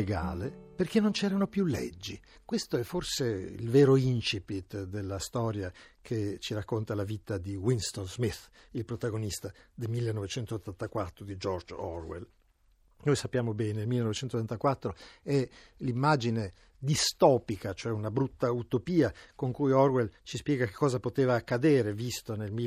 illegale perché non c'erano più leggi. Questo è forse il vero incipit della storia che ci racconta la vita di Winston Smith, il protagonista del 1984 di George Orwell. Noi sappiamo bene, il 1984 è l'immagine distopica, cioè una brutta utopia con cui Orwell ci spiega che cosa poteva accadere visto nel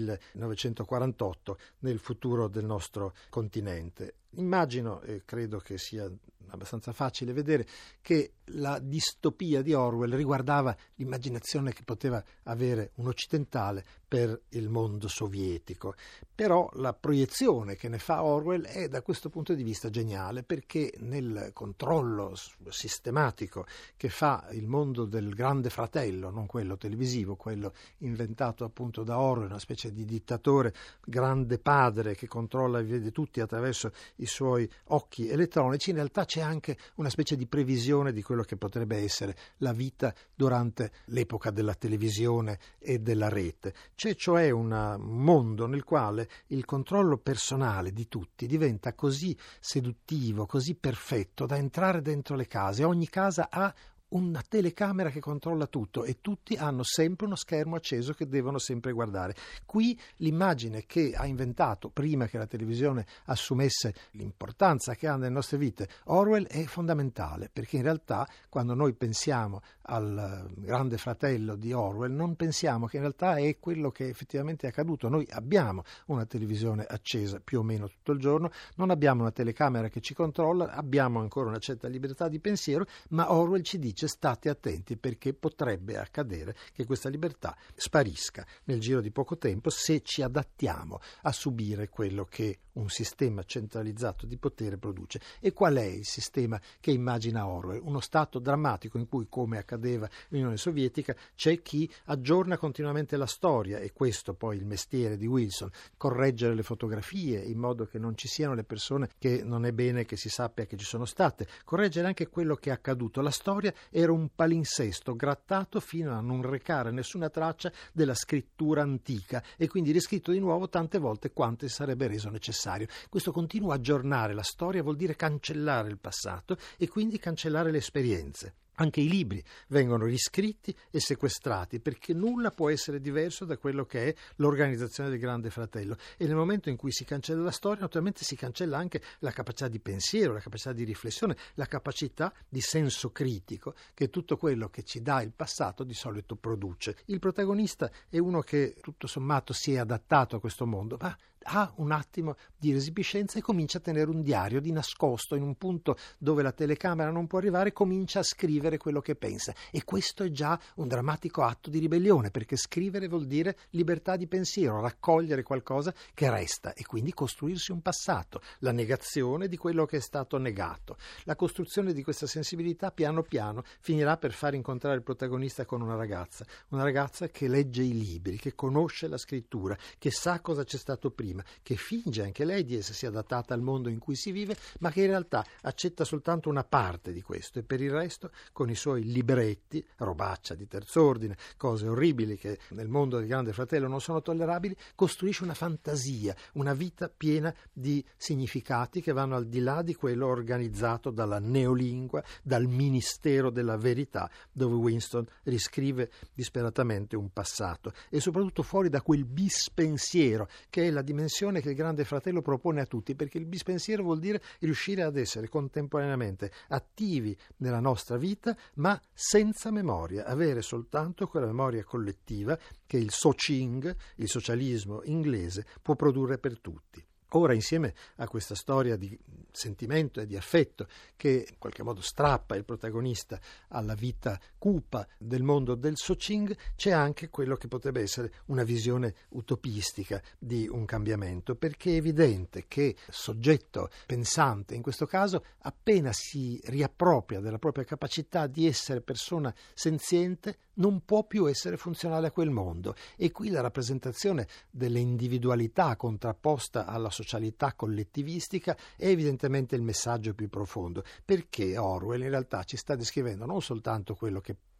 1948 nel futuro del nostro continente. Immagino, e credo che sia abbastanza facile vedere, che la distopia di Orwell riguardava l'immaginazione che poteva avere un occidentale per il mondo sovietico. Però la proiezione che ne fa Orwell è da questo punto di vista geniale, perché nel controllo sistematico che fa il mondo del Grande Fratello, non quello televisivo, quello inventato appunto da Orwell, una specie di dittatore, grande padre che controlla e vede tutti attraverso i suoi occhi elettronici, in realtà c'è anche una specie di previsione di quello che potrebbe essere la vita durante l'epoca della televisione e della rete. C'è cioè un mondo nel quale il controllo personale di tutti diventa così seduttivo, così perfetto da entrare dentro le case. Ogni casa ha una telecamera che controlla tutto e tutti hanno sempre uno schermo acceso che devono sempre guardare. Qui l'immagine che ha inventato, prima che la televisione assumesse l'importanza che ha nelle nostre vite, Orwell è fondamentale, perché in realtà quando noi pensiamo al Grande Fratello di Orwell non pensiamo che in realtà è quello che effettivamente è accaduto. Noi abbiamo una televisione accesa più o meno tutto il giorno, non abbiamo una telecamera che ci controlla, abbiamo ancora una certa libertà di pensiero, ma Orwell ci dice: state attenti perché potrebbe accadere che questa libertà sparisca nel giro di poco tempo se ci adattiamo a subire quello che un sistema centralizzato di potere produce. E qual è il sistema che immagina Orwell? Uno stato drammatico in cui, come accadeva nell'Unione Sovietica, c'è chi aggiorna continuamente la storia, e questo poi il mestiere di Wilson, correggere le fotografie in modo che non ci siano le persone che non è bene che si sappia che ci sono state, correggere anche quello che è accaduto. La storia era un palinsesto grattato fino a non recare nessuna traccia della scrittura antica e quindi riscritto di nuovo tante volte quante sarebbe reso necessario. Questo continuo aggiornare la storia vuol dire cancellare il passato e quindi cancellare le esperienze. Anche i libri vengono riscritti e sequestrati perché nulla può essere diverso da quello che è l'organizzazione del Grande Fratello, e nel momento in cui si cancella la storia naturalmente si cancella anche la capacità di pensiero, la capacità di riflessione, la capacità di senso critico che tutto quello che ci dà il passato di solito produce. Il protagonista è uno che tutto sommato si è adattato a questo mondo, ma ha un attimo di resipiscenza e comincia a tenere un diario di nascosto in un punto dove la telecamera non può arrivare, comincia a scrivere quello che pensa, e questo è già un drammatico atto di ribellione, perché scrivere vuol dire libertà di pensiero, raccogliere qualcosa che resta e quindi costruirsi un passato, la negazione di quello che è stato negato. La costruzione di questa sensibilità piano piano finirà per far incontrare il protagonista con una ragazza che legge i libri, che conosce la scrittura, che sa cosa c'è stato prima, che finge anche lei di essersi adattata al mondo in cui si vive, ma che in realtà accetta soltanto una parte di questo, e per il resto, con i suoi libretti, robaccia di terz'ordine, cose orribili che nel mondo del Grande Fratello non sono tollerabili, costruisce una fantasia, una vita piena di significati che vanno al di là di quello organizzato dalla neolingua, dal Ministero della Verità, dove Winston riscrive disperatamente un passato, e soprattutto fuori da quel bispensiero che è la dimensione che il Grande Fratello propone a tutti, perché il bispensiero vuol dire riuscire ad essere contemporaneamente attivi nella nostra vita ma senza memoria, avere soltanto quella memoria collettiva che il Socing, il socialismo inglese, può produrre per tutti. Ora, insieme a questa storia di sentimento e di affetto che in qualche modo strappa il protagonista alla vita cupa del mondo del Socing, c'è anche quello che potrebbe essere una visione utopistica di un cambiamento, perché è evidente che soggetto pensante, in questo caso, appena si riappropria della propria capacità di essere persona senziente, non può più essere funzionale a quel mondo. E qui la rappresentazione delle individualità contrapposta alla socialità collettivistica è evidentemente il messaggio più profondo, perché Orwell in realtà ci sta descrivendo non soltanto quello che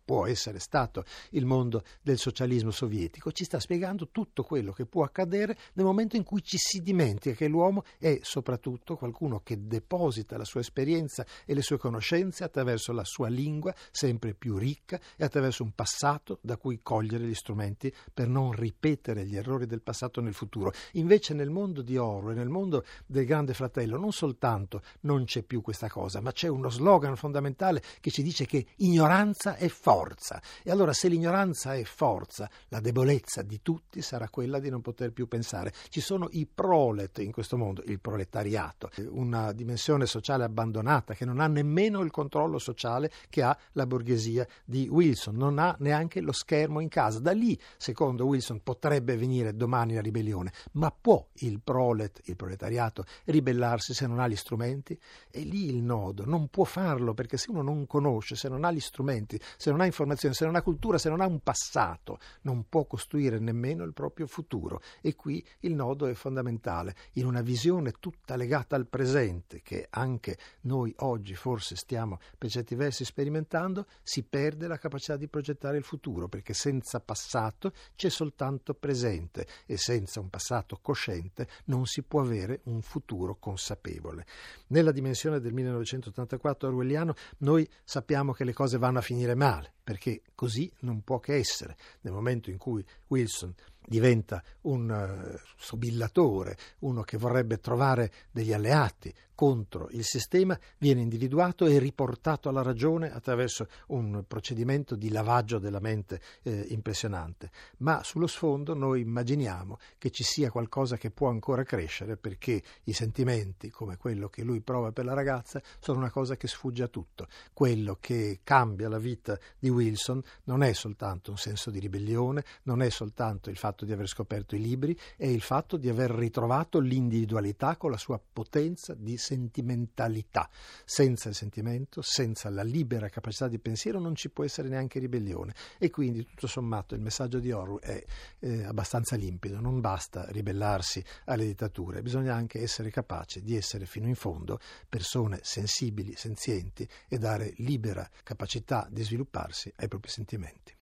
può essere stato il mondo del socialismo sovietico, ci sta spiegando tutto quello che può accadere nel momento in cui ci si dimentica che l'uomo è soprattutto qualcuno che deposita la sua esperienza e le sue conoscenze attraverso la sua lingua sempre più ricca e attraverso un passato da cui cogliere gli strumenti per non ripetere gli errori del passato nel futuro. Invece nel mondo di Orwell, nel mondo del Grande Fratello, non soltanto non c'è più questa cosa, ma c'è uno slogan fondamentale che ci dice che ignoranza è forza. E allora se l'ignoranza è forza, la debolezza di tutti sarà quella di non poter più pensare. Ci sono i prolet in questo mondo, il proletariato, una dimensione sociale abbandonata che non ha nemmeno il controllo sociale che ha la borghesia di Wilson, non ha neanche lo schermo in casa. Da lì, secondo Wilson, potrebbe venire domani la ribellione, ma può il proletariato ribellarsi se non ha gli strumenti? È lì il nodo, non può farlo, perché se uno non conosce, se non ha gli strumenti, se non ha informazioni, se non ha cultura, se non ha un passato, non può costruire nemmeno il proprio futuro. E qui il nodo è fondamentale, in una visione tutta legata al presente, che anche noi oggi forse stiamo per certi versi sperimentando, si perde la capacità di progettare il futuro, perché senza passato c'è soltanto presente e senza un passato cosciente non si può avere un futuro consapevole. Nella dimensione del 1984 orwelliano noi sappiamo che le cose vanno a finire male, perché così non può che essere. Nel momento in cui Wilson diventa un sobillatore, uno che vorrebbe trovare degli alleati contro il sistema, viene individuato e riportato alla ragione attraverso un procedimento di lavaggio della mente impressionante. Ma sullo sfondo noi immaginiamo che ci sia qualcosa che può ancora crescere, perché i sentimenti, come quello che lui prova per la ragazza, sono una cosa che sfugge a tutto. Quello che cambia la vita di Wilson non è soltanto un senso di ribellione, non è soltanto il fatto di aver scoperto i libri, è il fatto di aver ritrovato l'individualità con la sua potenza di sentimentalità. Senza il sentimento, senza la libera capacità di pensiero, non ci può essere neanche ribellione. E quindi, tutto sommato, il messaggio di Orwell è abbastanza limpido. Non basta ribellarsi alle dittature, bisogna anche essere capaci di essere fino in fondo persone sensibili, senzienti, e dare libera capacità di svilupparsi ai propri sentimenti.